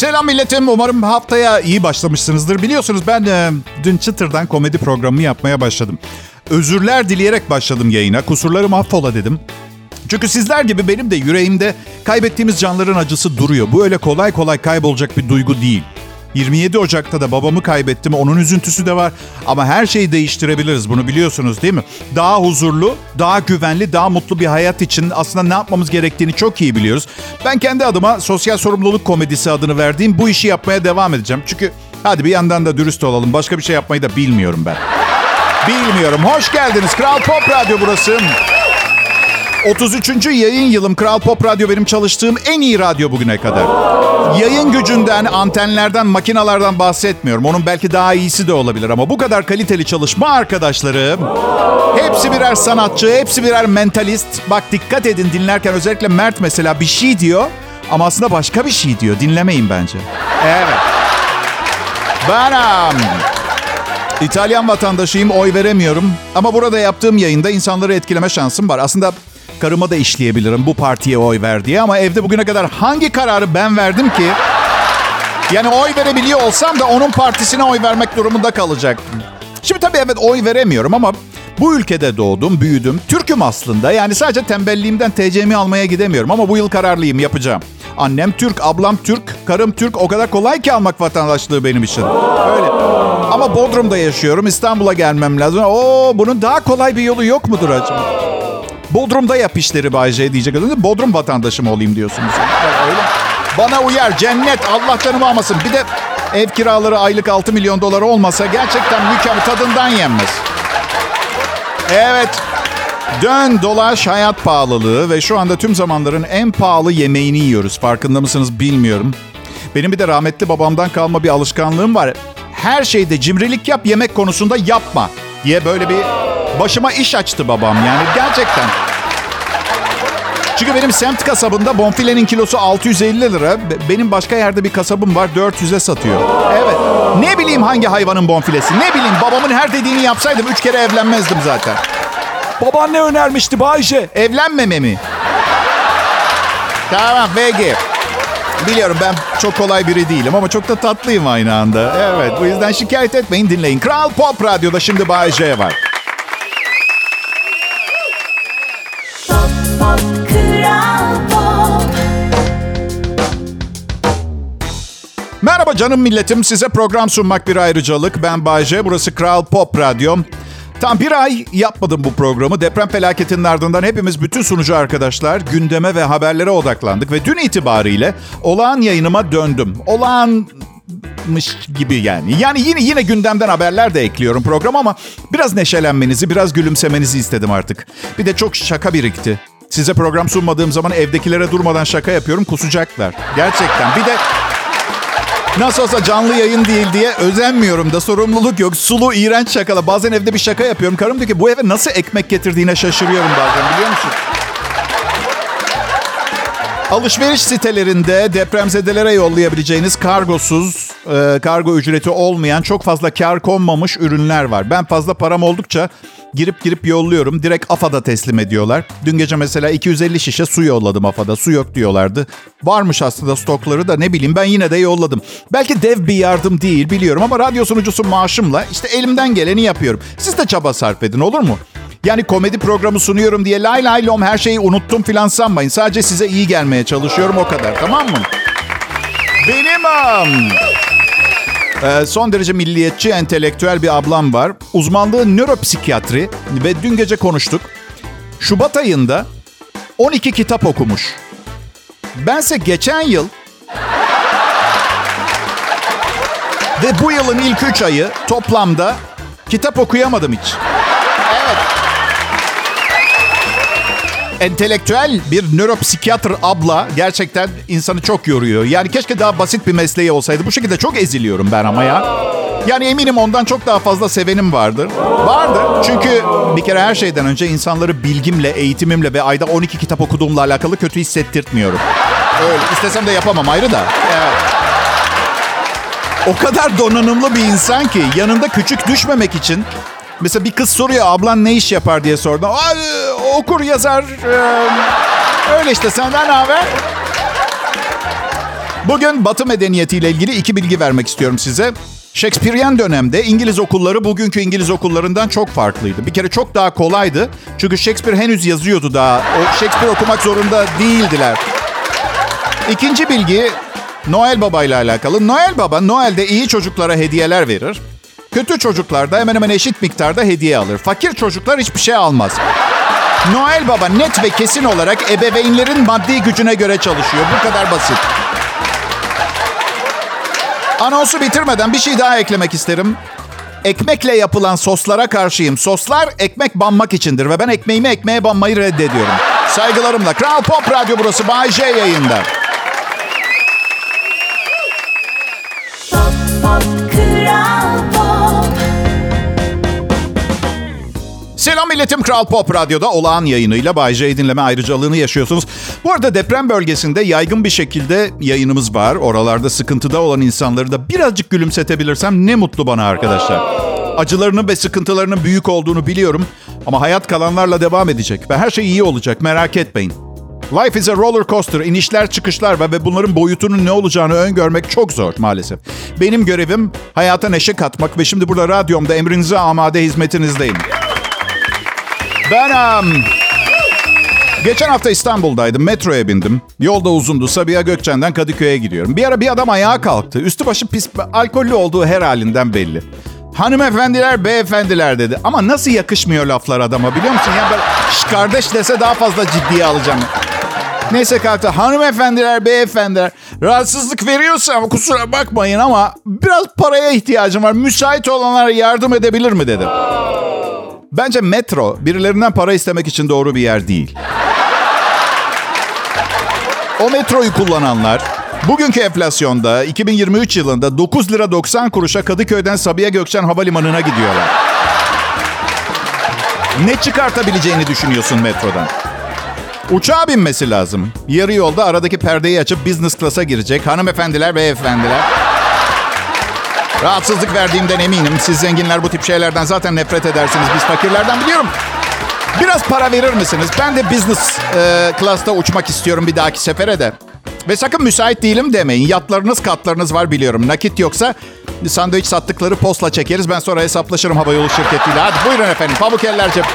Selam milletim. Umarım haftaya iyi başlamışsınızdır. Biliyorsunuz ben dün Çıtır'dan komedi programı yapmaya başladım. Özürler dileyerek başladım yayına. Kusurlarım affola dedim. Çünkü sizler gibi benim de yüreğimde kaybettiğimiz canların acısı duruyor. Bu öyle kolay kolay kaybolacak bir duygu değil. 27 Ocak'ta da babamı kaybettim. Onun üzüntüsü de var. Ama her şeyi değiştirebiliriz. Bunu biliyorsunuz değil mi? Daha huzurlu, daha güvenli, daha mutlu bir hayat için aslında ne yapmamız gerektiğini çok iyi biliyoruz. Ben kendi adıma sosyal sorumluluk komedisi adını verdiğim bu işi yapmaya devam edeceğim. Çünkü hadi bir yandan da dürüst olalım. Başka bir şey yapmayı da bilmiyorum ben. Bilmiyorum. Hoş geldiniz. Kral Pop Radyo burası. 33. yayın yılım. Kral Pop Radyo benim çalıştığım en iyi radyo bugüne kadar. Yayın gücünden, antenlerden, makinalardan bahsetmiyorum. Onun belki daha iyisi de olabilir ama bu kadar kaliteli çalışma arkadaşlarım. Hepsi birer sanatçı, hepsi birer mentalist. Bak dikkat edin dinlerken, özellikle Mert mesela bir şey diyor ama aslında başka bir şey diyor. Dinlemeyin bence. Evet. Ben İtalyan vatandaşıyım, oy veremiyorum. Ama burada yaptığım yayında insanları etkileme şansım var. Aslında karıma da işleyebilirim bu partiye oy ver diye. Ama evde bugüne kadar hangi kararı ben verdim ki? Yani oy verebiliyor olsam da onun partisine oy vermek durumunda kalacaktım. Şimdi tabii evet oy veremiyorum ama bu ülkede doğdum, büyüdüm. Türk'üm aslında. Yani sadece tembelliğimden TC'mi almaya gidemiyorum. Ama bu yıl kararlıyım, yapacağım. Annem Türk, ablam Türk, karım Türk. O kadar kolay ki almak vatandaşlığı benim için. Öyle. Ama Bodrum'da yaşıyorum. İstanbul'a gelmem lazım. Bunun daha kolay bir yolu yok mudur acaba? Bodrum'da yap işleri Bay J diyecek. Bodrum vatandaşı mı olayım diyorsunuz? Öyle. Bana uyar. Cennet. Allah canımı almasın. Bir de ev kiraları aylık 6 milyon dolar olmasa gerçekten mükemmel. Tadından yenmez. Evet. Dön dolaş hayat pahalılığı ve şu anda tüm zamanların en pahalı yemeğini yiyoruz. Farkında mısınız bilmiyorum. Benim bir de rahmetli babamdan kalma bir alışkanlığım var. Her şeyde cimrilik yap, yemek konusunda yapma diye böyle bir başıma iş açtı babam yani gerçekten. Çünkü benim semt kasabında bonfilenin kilosu 650 lira. Benim başka yerde bir kasabım var 400'e satıyor. Evet. Ne bileyim hangi hayvanın bonfilesi. Ne bileyim babamın her dediğini yapsaydım 3 kere evlenmezdim zaten. Baban ne önermişti Bayce? Evlenmememi. Tamam peki. Biliyorum ben çok kolay biri değilim ama çok da tatlıyım aynı anda. Evet bu yüzden şikayet etmeyin, dinleyin. Kral Pop Radyo'da şimdi Bay J var. Pop, pop, Kral Pop. Merhaba canım milletim. Size program sunmak bir ayrıcalık. Ben Bay J, burası Kral Pop Radyo. Tam bir ay yapmadım bu programı. Deprem felaketinin ardından hepimiz, bütün sunucu arkadaşlar gündeme ve haberlere odaklandık. Ve dün itibariyle olağan yayınıma döndüm. Olağanmış gibi yani. Yani yine gündemden haberler de ekliyorum programa ama biraz neşelenmenizi, biraz gülümsemenizi istedim artık. Bir de çok şaka birikti. Size program sunmadığım zaman evdekilere durmadan şaka yapıyorum, kusacaklar. Gerçekten. Bir de nasıl olsa canlı yayın değil diye özenmiyorum da, sorumluluk yok. Sulu, iğrenç şakalar. Bazen evde bir şaka yapıyorum. Karım diyor ki bu eve nasıl ekmek getirdiğine şaşırıyorum bazen, biliyor musun? Alışveriş sitelerinde depremzedelere yollayabileceğiniz kargosuz, kargo ücreti olmayan, çok fazla kar konmamış ürünler var. Ben fazla param oldukça girip yolluyorum. Direkt AFAD'a teslim ediyorlar. Dün gece mesela 250 şişe su yolladım AFAD'a. Su yok diyorlardı. Varmış aslında stokları da, ne bileyim, ben yine de yolladım. Belki dev bir yardım değil biliyorum ama radyo sunucusu maaşımla işte elimden geleni yapıyorum. Siz de çaba sarf edin, olur mu? Yani komedi programı sunuyorum diye lay lay lom her şeyi unuttum filan sanmayın. Sadece size iyi gelmeye çalışıyorum, o kadar, tamam mı? Benim son derece milliyetçi, entelektüel bir ablam var. Uzmanlığı nöropsikiyatri ve dün gece konuştuk. Şubat ayında 12 kitap okumuş. Bense geçen yıl ve bu yılın ilk 3 ayı toplamda kitap okuyamadım hiç. Evet. Entelektüel bir nöropsikiyatr abla gerçekten insanı çok yoruyor. Yani keşke daha basit bir mesleği olsaydı. Bu şekilde çok eziliyorum ben ama ya. Yani eminim ondan çok daha fazla sevenim vardır. Vardır. Çünkü bir kere her şeyden önce insanları bilgimle, eğitimimle ve ayda 12 kitap okuduğumla alakalı kötü hissettirtmiyorum. Öyle. İstesem de yapamam, ayrı da. Evet. O kadar donanımlı bir insan ki yanında küçük düşmemek için. Mesela bir kız soruyor, ablan ne iş yapar diye sordu. Okur yazar. Öyle işte, senden ne haber? Bugün Batı medeniyetiyle ilgili 2 bilgi vermek istiyorum size. Shakespearean dönemde İngiliz okulları bugünkü İngiliz okullarından çok farklıydı. Bir kere çok daha kolaydı. Çünkü Shakespeare henüz yazıyordu daha. O Shakespeare okumak zorunda değildiler. İkinci bilgi Noel Baba ile alakalı. Noel Baba Noel'de iyi çocuklara hediyeler verir. Kötü çocuklar da hemen hemen eşit miktarda hediye alır. Fakir çocuklar hiçbir şey almaz. Noel Baba net ve kesin olarak ebeveynlerin maddi gücüne göre çalışıyor. Bu kadar basit. Anonsu bitirmeden bir şey daha eklemek isterim. Ekmekle yapılan soslara karşıyım. Soslar ekmek banmak içindir ve ben ekmeğimi ekmeğe banmayı reddediyorum. Saygılarımla. Kral Pop Radyo burası. Bay J yayında. Pop, pop, Kral Pop. Selam milletim, Kral Pop Radyo'da olağan yayınıyla Bay J dinleme ayrıcalığını yaşıyorsunuz. Bu arada deprem bölgesinde yaygın bir şekilde yayınımız var. Oralarda sıkıntıda olan insanları da birazcık gülümsetebilirsem ne mutlu bana arkadaşlar. Acılarının ve sıkıntılarının büyük olduğunu biliyorum. Ama hayat kalanlarla devam edecek ve her şey iyi olacak, merak etmeyin. Life is a roller coaster. İnişler çıkışlar var ve bunların boyutunun ne olacağını öngörmek çok zor maalesef. Benim görevim hayata neşe katmak ve şimdi burada radyomda emrinize amade hizmetinizdeyim. Ben geçen hafta İstanbul'daydım. Metroya bindim. Yolda uzundu. Sabiha Gökçen'den Kadıköy'e gidiyorum. Bir ara bir adam ayağa kalktı. Üstü başı pis, alkollü olduğu her halinden belli. Hanımefendiler, beyefendiler dedi. Ama nasıl yakışmıyor laflar adama biliyor musun? Yani böyle kardeş dese daha fazla ciddiye alacağım. Neyse kalktı. Hanımefendiler, beyefendiler. Rahatsızlık veriyorsam kusura bakmayın ama biraz paraya ihtiyacım var. Müsait olanlara yardım edebilir mi dedi. Bence metro birilerinden para istemek için doğru bir yer değil. O metroyu kullananlar bugünkü enflasyonda 2023 yılında 9 lira 90 kuruşa Kadıköy'den Sabiha Gökçen Havalimanı'na gidiyorlar. Ne çıkartabileceğini düşünüyorsun metrodan? Uçağa binmesi lazım. Yarı yolda aradaki perdeyi açıp business class'a girecek. Hanımefendiler, beyefendiler. Rahatsızlık verdiğimden eminim. Siz zenginler bu tip şeylerden zaten nefret edersiniz. Biz fakirlerden biliyorum. Biraz para verir misiniz? Ben de business class'ta uçmak istiyorum bir dahaki sefere de. Ve sakın müsait değilim demeyin. Yatlarınız, katlarınız var biliyorum. Nakit yoksa sandviç sattıkları postla çekeriz. Ben sonra hesaplaşırım havayolu şirketiyle. Hadi buyurun efendim. Pamuk eller cep.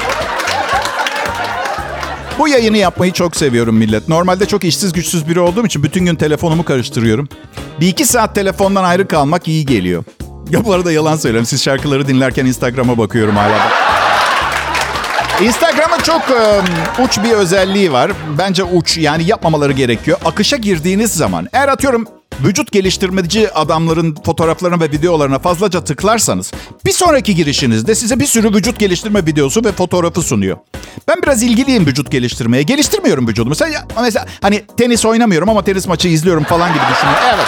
Bu yayını yapmayı çok seviyorum millet. Normalde çok işsiz güçsüz biri olduğum için bütün gün telefonumu karıştırıyorum. 1-2 saat telefondan ayrı kalmak iyi geliyor. Ya bu arada yalan söylüyorum. Siz şarkıları dinlerken Instagram'a bakıyorum hala. Instagram'ın çok uç bir özelliği var. Bence uç, yani yapmamaları gerekiyor. Akışa girdiğiniz zaman, eğer atıyorum vücut geliştirmeci adamların fotoğraflarına ve videolarına fazlaca tıklarsanız bir sonraki girişinizde size bir sürü vücut geliştirme videosu ve fotoğrafı sunuyor. Ben biraz ilgiliyim vücut geliştirmeye. Geliştirmiyorum vücudumu. Mesela hani tenis oynamıyorum ama tenis maçı izliyorum falan gibi düşünüyorum. Evet.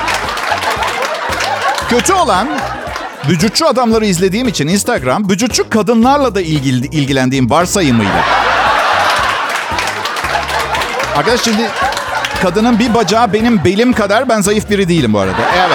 Kötü olan, vücutçu adamları izlediğim için Instagram, vücutçu kadınlarla da ilgilendiğim varsayımıyla. Arkadaş şimdi kadının bir bacağı benim belim kadar, ben zayıf biri değilim bu arada. Evet.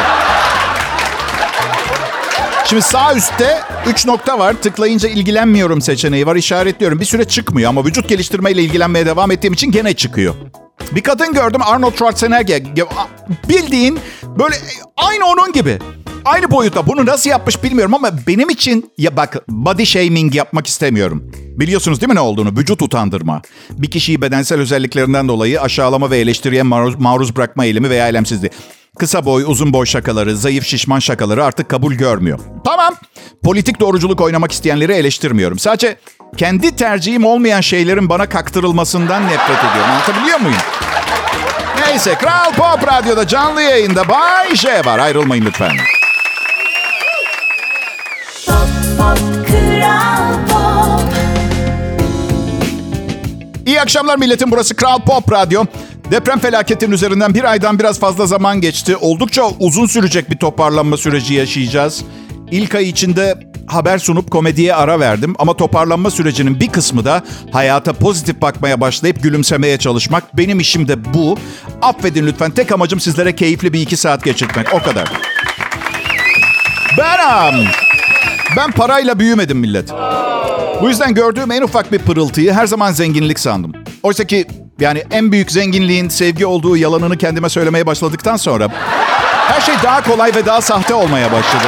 Şimdi sağ üstte 3 nokta var. Tıklayınca ilgilenmiyorum seçeneği var. İşaretliyorum. Bir süre çıkmıyor ama vücut geliştirmeyle ilgilenmeye devam ettiğim için gene çıkıyor. Bir kadın gördüm, Arnold Schwarzenegger. Bildiğin böyle aynı onun gibi. Aynı boyutta. Bunu nasıl yapmış bilmiyorum ama benim için, ya bak, body shaming yapmak istemiyorum. Biliyorsunuz değil mi ne olduğunu? Vücut utandırma. Bir kişiyi bedensel özelliklerinden dolayı aşağılama ve eleştiriye maruz bırakma eylemi veya eylemsizliği. Kısa boy, uzun boy şakaları, zayıf şişman şakaları artık kabul görmüyor. Tamam. Politik doğruculuk oynamak isteyenleri eleştirmiyorum. Sadece kendi tercihim olmayan şeylerin bana kaktırılmasından nefret ediyorum. Anlatabiliyor muyum? Neyse, Kral Pop Radyo'da canlı yayında Bay J var. Ayrılmayın lütfen. Pop, pop, Kral Pop. İyi akşamlar milletim, burası Kral Pop Radyo. Deprem felaketinin üzerinden bir aydan biraz fazla zaman geçti. Oldukça uzun sürecek bir toparlanma süreci yaşayacağız. İlk ay içinde haber sunup komediye ara verdim. Ama toparlanma sürecinin bir kısmı da hayata pozitif bakmaya başlayıp gülümsemeye çalışmak. Benim işim de bu. Affedin lütfen. Tek amacım sizlere keyifli bir 2 saat geçirtmek. O kadar. Ben parayla büyümedim millet. Bu yüzden gördüğüm en ufak bir pırıltıyı her zaman zenginlik sandım. Oysa ki Yani en büyük zenginliğin sevgi olduğu yalanını kendime söylemeye başladıktan sonra her şey daha kolay ve daha sahte olmaya başladı.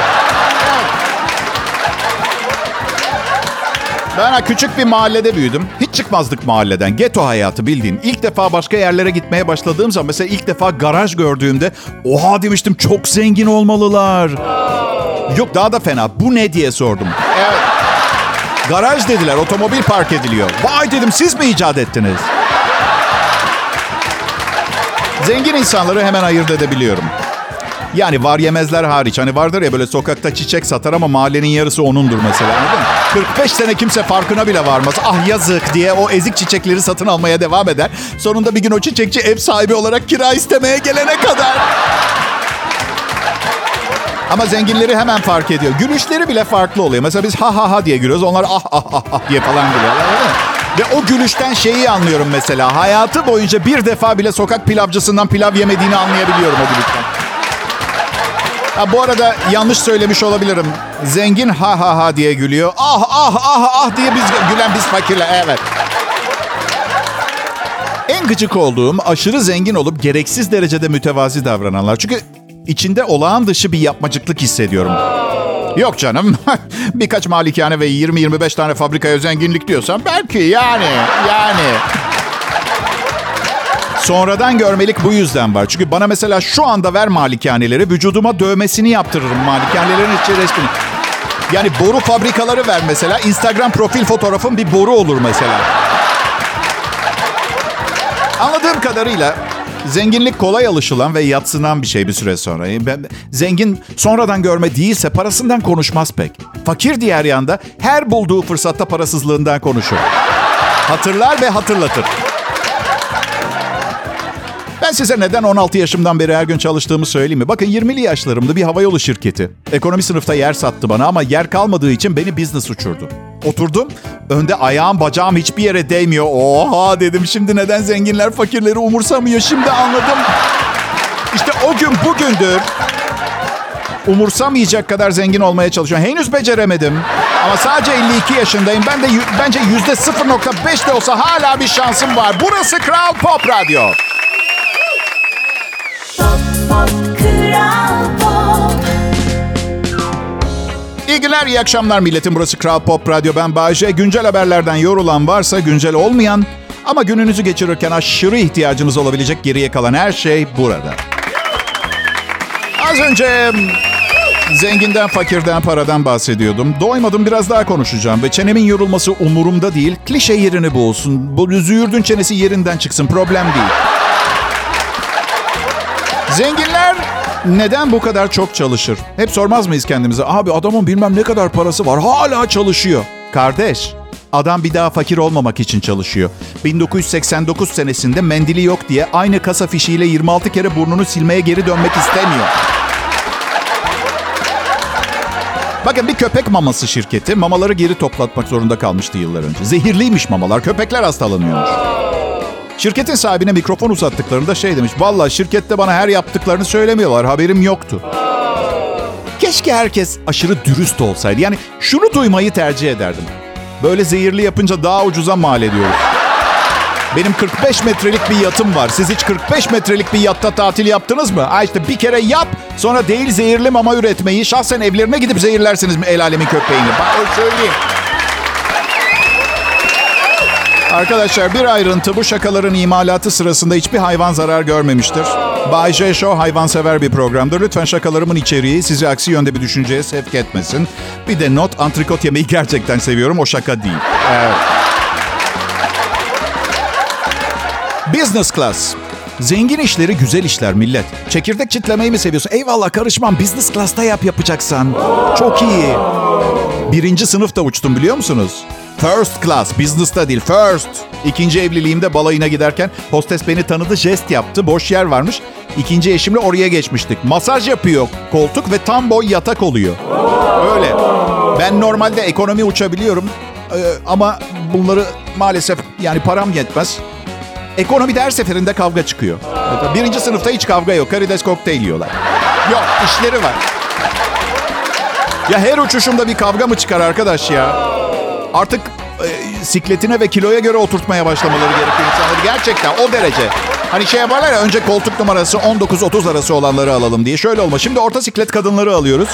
Ben küçük bir mahallede büyüdüm. Hiç çıkmazdık mahalleden. Geto hayatı bildiğin. İlk defa başka yerlere gitmeye başladığım zaman mesela ilk defa garaj gördüğümde oha demiştim, çok zengin olmalılar. Yok daha da fena. Bu ne diye sordum. Evet. Garaj dediler. Otomobil park ediliyor. Vay dedim, siz mi icat ettiniz? Zengin insanları hemen ayırt edebiliyorum. Yani var yemezler hariç. Hani vardır ya böyle sokakta çiçek satar ama mahallenin yarısı onundur mesela. Anladın mı? 45 sene kimse farkına bile varmaz. Ah yazık diye o ezik çiçekleri satın almaya devam eder. Sonunda bir gün o çiçekçi ev sahibi olarak kira istemeye gelene kadar. Ama zenginleri hemen fark ediyor. Gülüşleri bile farklı oluyor. Mesela biz ha ha ha diye gülüyoruz. Onlar ah ah ah, ah diye falan gülüyorlar. Ve o gülüşten şeyi anlıyorum mesela. Hayatı boyunca bir defa bile sokak pilavcısından pilav yemediğini anlayabiliyorum o gülüşten. Ha, bu arada yanlış söylemiş olabilirim. Zengin ha ha ha diye gülüyor. Ah ah ah ah diye gülen biz fakirler. Evet. En gıcık olduğum aşırı zengin olup gereksiz derecede mütevazi davrananlar. Çünkü içinde olağan dışı bir yapmacıklık hissediyorum. Yok canım. Birkaç malikane ve 20-25 tane fabrikaya zenginlik diyorsan belki yani. Sonradan görmelik bu yüzden var. Çünkü bana mesela şu anda ver malikaneleri, vücuduma dövmesini yaptırırım malikanelerin içi resmini. Yani boru fabrikaları ver mesela. Instagram profil fotoğrafım bir boru olur mesela. Anladığım kadarıyla zenginlik kolay alışılan ve yadsınan bir şey bir süre sonra. Zengin sonradan görme değilse parasından konuşmaz pek. Fakir diğer yanda her bulduğu fırsatta parasızlığından konuşur. Hatırlar ve hatırlatır. Ben size neden 16 yaşımdan beri her gün çalıştığımı söyleyeyim mi? Bakın 20'li yaşlarımda bir havayolu şirketi. Ekonomi sınıfta yer sattı bana ama yer kalmadığı için beni business uçurdu. Oturdum, önde ayağım bacağım hiçbir yere değmiyor. Oha dedim, şimdi neden zenginler fakirleri umursamıyor, şimdi anladım. İşte o gün bugündür umursamayacak kadar zengin olmaya çalışıyorum. Henüz beceremedim ama sadece 52 yaşındayım. Ben de bence %0.5 de olsa hala bir şansım var. Burası Kral Pop Radyo. Kral Pop. İyi günler, iyi akşamlar milletim. Burası Kral Pop Radyo. Ben Bayece. Güncel haberlerden yorulan varsa, güncel olmayan ama gününüzü geçirirken aşırı ihtiyacınız olabilecek geriye kalan her şey burada. Az önce zenginden, fakirden, paradan bahsediyordum. Doymadım, biraz daha konuşacağım ve çenemin yorulması umurumda değil. Klişe yerini bulsun. Bu züğürdün çenesi yerinden çıksın. Problem değil. Zenginler neden bu kadar çok çalışır? Hep sormaz mıyız kendimize? Abi adamın bilmem ne kadar parası var, hala çalışıyor. Kardeş, adam bir daha fakir olmamak için çalışıyor. 1989 senesinde mendili yok diye aynı kasa fişiyle 26 kere burnunu silmeye geri dönmek istemiyor. Bakın, bir köpek maması şirketi mamaları geri toplatmak zorunda kalmıştı yıllar önce. Zehirliymiş mamalar, köpekler hastalanıyormuş. Şirketin sahibine mikrofon uzattıklarında şey demiş. Vallahi şirkette bana her yaptıklarını söylemiyorlar. Haberim yoktu. Keşke herkes aşırı dürüst olsaydı. Yani şunu duymayı tercih ederdim. Böyle zehirli yapınca daha ucuza mal ediyoruz. Benim 45 metrelik bir yatım var. Siz hiç 45 metrelik bir yatta tatil yaptınız mı? İşte bir kere yap. Sonra değil zehirli mama üretmeyi. Şahsen evlerine gidip zehirlersiniz mi el alemin köpeğini? Ben söyleyeyim. Arkadaşlar, bir ayrıntı: bu şakaların imalatı sırasında hiçbir hayvan zarar görmemiştir. Bay J Show hayvansever bir programdır. Lütfen şakalarımın içeriği sizi aksi yönde bir düşünceye sevk etmesin. Bir de not, antrikot yemeyi gerçekten seviyorum. O şaka değil. Evet. Business class. Zengin işleri güzel işler millet. Çekirdek çitlemeyi mi seviyorsun? Eyvallah, karışmam. Business class'ta yapacaksan. Çok iyi. 1. sınıfta uçtum, biliyor musunuz? First class, business'ta değil, first. 2. evliliğimde balayına giderken hostes beni tanıdı, jest yaptı. Boş yer varmış. 2. eşimle oraya geçmiştik. Masaj yapıyor koltuk ve tam boy yatak oluyor. Öyle. Ben normalde ekonomi uçabiliyorum. Ama bunları maalesef, yani param yetmez. Ekonomide her seferinde kavga çıkıyor. 1. sınıfta hiç kavga yok. Karides kokteyl yiyorlar. Yok, işleri var. Ya her uçuşumda bir kavga mı çıkar arkadaş ya? Artık sikletine ve kiloya göre oturtmaya başlamaları gerekiyor insanları. Gerçekten o derece. Hani şey yaparlar ya, önce koltuk numarası 19-30 arası olanları alalım diye. Şöyle olma. Şimdi orta siklet kadınları alıyoruz.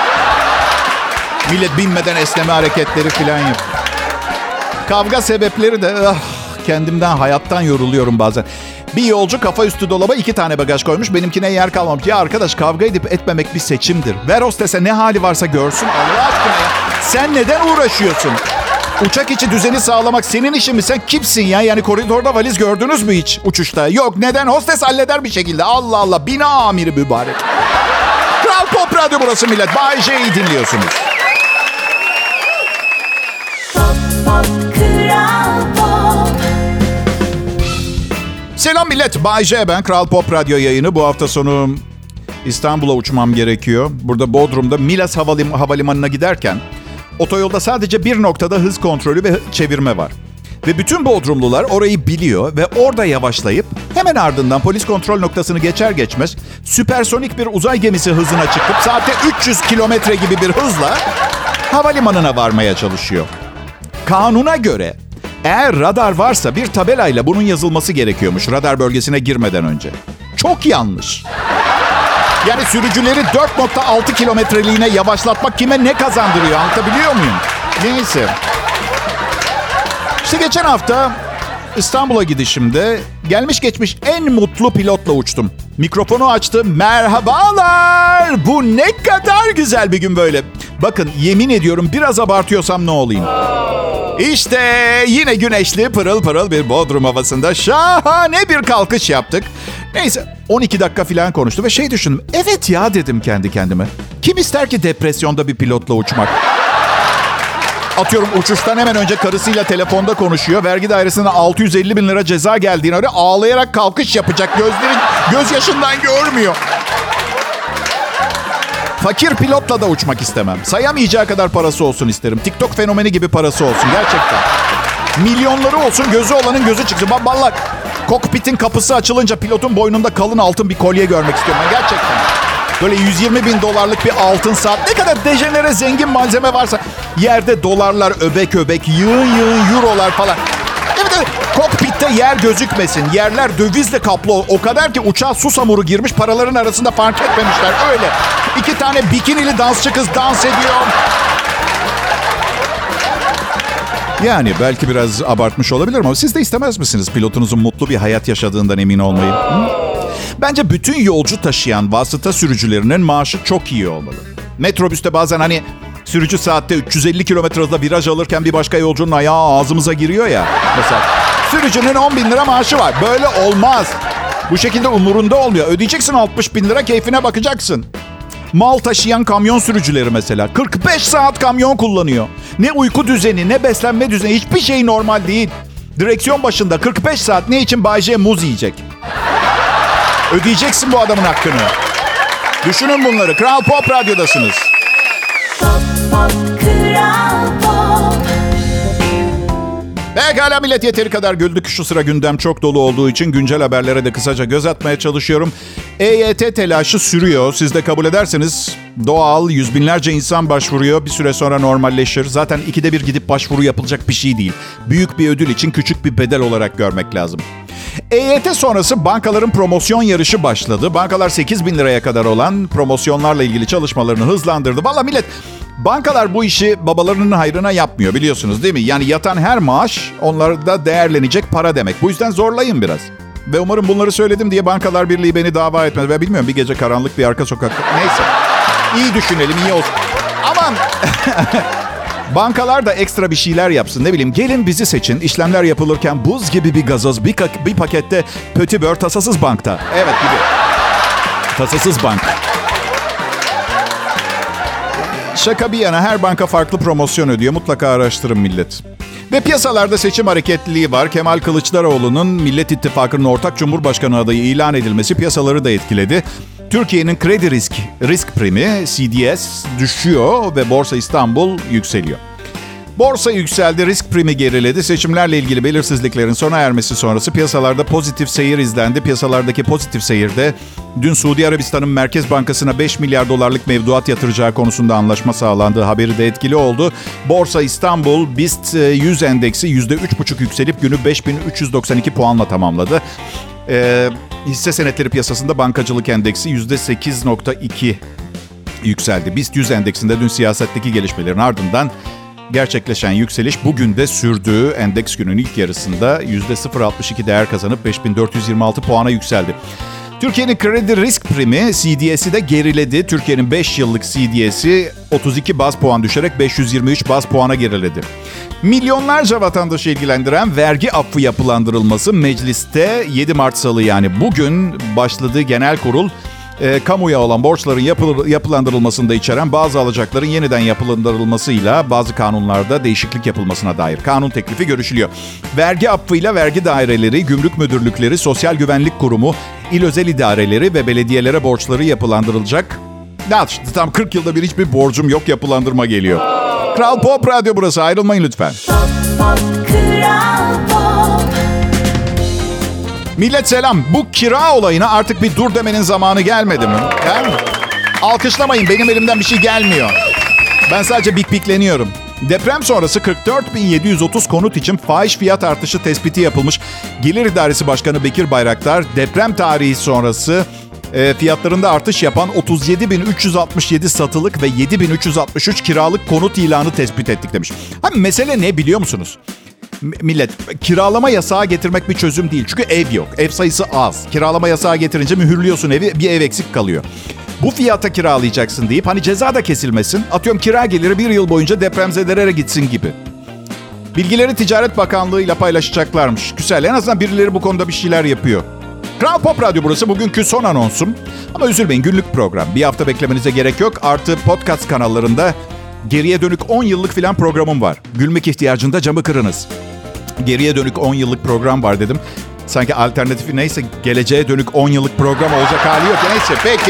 Millet binmeden esneme hareketleri falan yap. Kavga sebepleri de kendimden, hayattan yoruluyorum bazen. Bir yolcu kafa üstü dolaba 2 tane bagaj koymuş. Benimkine yer kalmamış. Ya arkadaş, kavga edip etmemek bir seçimdir. Ver hostese ne hali varsa görsün Allah aşkına ya. Sen neden uğraşıyorsun? Uçak içi düzeni sağlamak senin işin mi? Sen kimsin ya? Yani koridorda valiz gördünüz mü hiç uçuşta? Yok, neden? Hostes halleder bir şekilde. Allah Allah. Bina amiri mübarek. Kral Pop Radyo burası millet. Bay J'yi dinliyorsunuz. Pop, pop, Kral Pop. Selam millet. Bay J ben. Kral Pop Radyo yayını. Bu hafta sonu İstanbul'a uçmam gerekiyor. Burada Bodrum'da Milas Havalimanı'na giderken otoyolda sadece bir noktada hız kontrolü ve çevirme var. Ve bütün Bodrumlular orayı biliyor ve orada yavaşlayıp hemen ardından polis kontrol noktasını geçer geçmez süpersonik bir uzay gemisi hızına çıkıp saatte 300 kilometre gibi bir hızla havalimanına varmaya çalışıyor. Kanuna göre eğer radar varsa bir tabelayla bunun yazılması gerekiyormuş radar bölgesine girmeden önce. Çok yanlış. Yani sürücüleri 4.6 kilometreliğine yavaşlatmak kime ne kazandırıyor, anlatabiliyor muyum? Neyse. İşte geçen hafta İstanbul'a gidişimde gelmiş geçmiş en mutlu pilotla uçtum. Mikrofonu açtım. Merhabalar. Bu ne kadar güzel bir gün böyle. Bakın yemin ediyorum biraz abartıyorsam ne olayım. İşte yine güneşli pırıl pırıl bir Bodrum havasında şahane bir kalkış yaptık. Neyse 12 dakika falan konuştu ve şey düşündüm. Evet ya dedim kendi kendime. Kim ister ki depresyonda bir pilotla uçmak? Atıyorum uçuştan hemen önce karısıyla telefonda konuşuyor. Vergi dairesinden 650 bin lira ceza geldiğine göre ağlayarak kalkış yapacak. Gözleri gözyaşından görmüyor. Fakir pilotla da uçmak istemem. Sayamayacağı kadar parası olsun isterim. TikTok fenomeni gibi parası olsun gerçekten. Milyonları olsun, gözü olanın gözü çıksın. Vallahi kokpitin kapısı açılınca pilotun boynunda kalın altın bir kolye görmek istiyorum ben gerçekten. Böyle 120 bin dolarlık bir altın saat. Ne kadar dejenere zengin malzeme varsa. Yerde dolarlar öbek öbek, yığın yığın eurolar falan. Evet, kokpitte yer gözükmesin. Yerler dövizle kaplı. O kadar ki uçağa susamuru girmiş, paraların arasında fark etmemişler. Öyle. 2 tane bikinili dansçı kız dans ediyor. Yani belki biraz abartmış olabilirim ama siz de istemez misiniz pilotunuzun mutlu bir hayat yaşadığından emin olmayı? Hı? Bence bütün yolcu taşıyan vasıta sürücülerinin maaşı çok iyi olmalı. Metrobüste bazen hani sürücü saatte 350 kilometre hızla viraj alırken bir başka yolcunun ayağı ağzımıza giriyor ya. Mesela sürücünün 10 bin lira maaşı var. Böyle olmaz. Bu şekilde umurunda olmuyor. Ödeyeceksin 60 bin lira, keyfine bakacaksın. Mal taşıyan kamyon sürücüleri mesela 45 saat kamyon kullanıyor. Ne uyku düzeni, ne beslenme düzeni, hiçbir şey normal değil. Direksiyon başında 45 saat ne için Bay J muz yiyecek? Ödeyeceksin bu adamın hakkını. Düşünün bunları. Kral Pop Radyo'dasınız. Pop, pop, Kral Pop. Pekala millet, yeteri kadar güldük. Şu sıra gündem çok dolu olduğu için güncel haberlere de kısaca göz atmaya çalışıyorum. EYT telaşı sürüyor. Siz de kabul ederseniz doğal, yüz binlerce insan başvuruyor. Bir süre sonra normalleşir. Zaten 2'de 1 gidip başvuru yapılacak bir şey değil. Büyük bir ödül için küçük bir bedel olarak görmek lazım. EYT sonrası bankaların promosyon yarışı başladı. Bankalar 8 bin liraya kadar olan promosyonlarla ilgili çalışmalarını hızlandırdı. Valla millet, bankalar bu işi babalarının hayrına yapmıyor, biliyorsunuz değil mi? Yani yatan her maaş onlarda değerlenecek para demek. Bu yüzden zorlayın biraz. Ve umarım bunları söyledim diye Bankalar Birliği beni dava etmez. Ben bilmiyorum, bir gece karanlık bir arka sokakta. Neyse. İyi düşünelim, iyi olsun. Aman. Bankalar da ekstra bir şeyler yapsın. Ne bileyim, gelin bizi seçin. İşlemler yapılırken buz gibi bir gazoz, bir pakette pötibör tasasız bankta. Evet gibi. Tasasız bank. Şaka bir yana, her banka farklı promosyon ödüyor. Mutlaka araştırın millet. Ve piyasalarda seçim hareketliliği var. Kemal Kılıçdaroğlu'nun Millet İttifakı'nın ortak Cumhurbaşkanı adayı ilan edilmesi piyasaları da etkiledi. Türkiye'nin kredi risk primi CDS düşüyor ve Borsa İstanbul yükseliyor. Borsa yükseldi, risk primi geriledi. Seçimlerle ilgili belirsizliklerin sona ermesi sonrası piyasalarda pozitif seyir izlendi. Piyasalardaki pozitif seyirde dün Suudi Arabistan'ın Merkez Bankası'na 5 milyar dolarlık mevduat yatıracağı konusunda anlaşma sağlandığı haberi de etkili oldu. Borsa İstanbul BIST 100 endeksi %3,5 yükselip günü 5392 puanla tamamladı. Hisse senetleri piyasasında bankacılık endeksi %8,2 yükseldi. BIST 100 endeksinde dün siyasetteki gelişmelerin ardından gerçekleşen yükseliş bugün de sürdü. Endeks günün ilk yarısında %0,62 değer kazanıp 5426 puana yükseldi. Türkiye'nin kredi risk primi CDS'i de geriledi. Türkiye'nin 5 yıllık CDS'i 32 baz puan düşerek 523 baz puana geriledi. Milyonlarca vatandaşı ilgilendiren vergi affı yapılandırılması mecliste 7 Mart Salı yani bugün başladığı genel kurul kamuya olan borçların yapılandırılmasında içeren bazı alacakların yeniden yapılandırılmasıyla bazı kanunlarda değişiklik yapılmasına dair kanun teklifi görüşülüyor. Vergi affıyla vergi daireleri, gümrük müdürlükleri, Sosyal Güvenlik Kurumu, il özel idareleri ve belediyelere borçları yapılandırılacak. Tam 40 yılda bir hiçbir borcum yok, yapılandırma geliyor. Kral Pop Radyo burası, ayrılmayın lütfen. Kral Pop. Millet selam. Bu kira olayına artık bir dur demenin zamanı gelmedi mi? Yani, alkışlamayın, benim elimden bir şey gelmiyor. Ben sadece bikbikleniyorum. Deprem sonrası 44.730 konut için fahiş fiyat artışı tespiti yapılmış. Gelir İdaresi Başkanı Bekir Bayraktar, deprem tarihi sonrası fiyatlarında artış yapan 37.367 satılık ve 7.363 kiralık konut ilanı tespit ettik demiş. Mesele ne biliyor musunuz? Millet, kiralama yasağı getirmek bir çözüm değil. Çünkü ev yok. Ev sayısı az. Kiralama yasağı getirince mühürlüyorsun evi, bir ev eksik kalıyor. Bu fiyata kiralayacaksın deyip hani ceza da kesilmesin. Atıyorum kira geliri bir yıl boyunca depremzedelere gitsin gibi. Bilgileri Ticaret Bakanlığı ile paylaşacaklarmış. Güzel, en azından birileri bu konuda bir şeyler yapıyor. Kral Pop Radyo burası, bugünkü son anonsum. Ama üzülmeyin, günlük program. Bir hafta beklemenize gerek yok. Artı podcast kanallarında geriye dönük 10 yıllık filan programım var. Gülmek ihtiyacında camı kırınız. Geriye dönük 10 yıllık program var dedim. Sanki alternatifi neyse, geleceğe dönük 10 yıllık program olacak hali yok. Neyse, peki.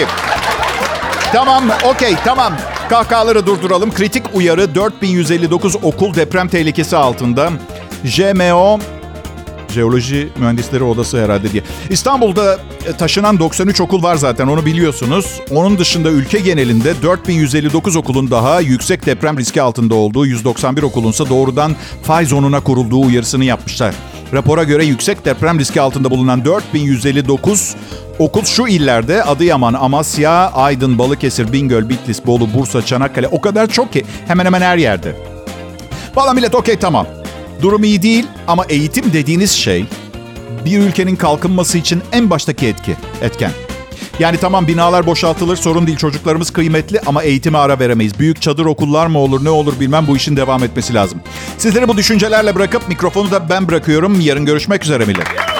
Tamam, okey, tamam. Kahkahaları durduralım. Kritik uyarı, 4159 okul deprem tehlikesi altında. JMO, Jeoloji Mühendisleri Odası herhalde diye. İstanbul'da taşınan 93 okul var zaten, onu biliyorsunuz. Onun dışında ülke genelinde 4159 okulun daha yüksek deprem riski altında olduğu, 191 okulunsa doğrudan fay zonuna kurulduğu uyarısını yapmışlar. Rapora göre yüksek deprem riski altında bulunan 4159 okul şu illerde: Adıyaman, Amasya, Aydın, Balıkesir, Bingöl, Bitlis, Bolu, Bursa, Çanakkale. O kadar çok ki hemen hemen her yerde. Vallahi millet, okey, tamam. Durum iyi değil ama eğitim dediğiniz şey bir ülkenin kalkınması için en baştaki etken. Yani tamam, binalar boşaltılır, sorun değil, çocuklarımız kıymetli ama eğitime ara veremeyiz. Büyük çadır okullar mı olur, ne olur bilmem, bu işin devam etmesi lazım. Sizleri bu düşüncelerle bırakıp mikrofonu da ben bırakıyorum. Yarın görüşmek üzere millet.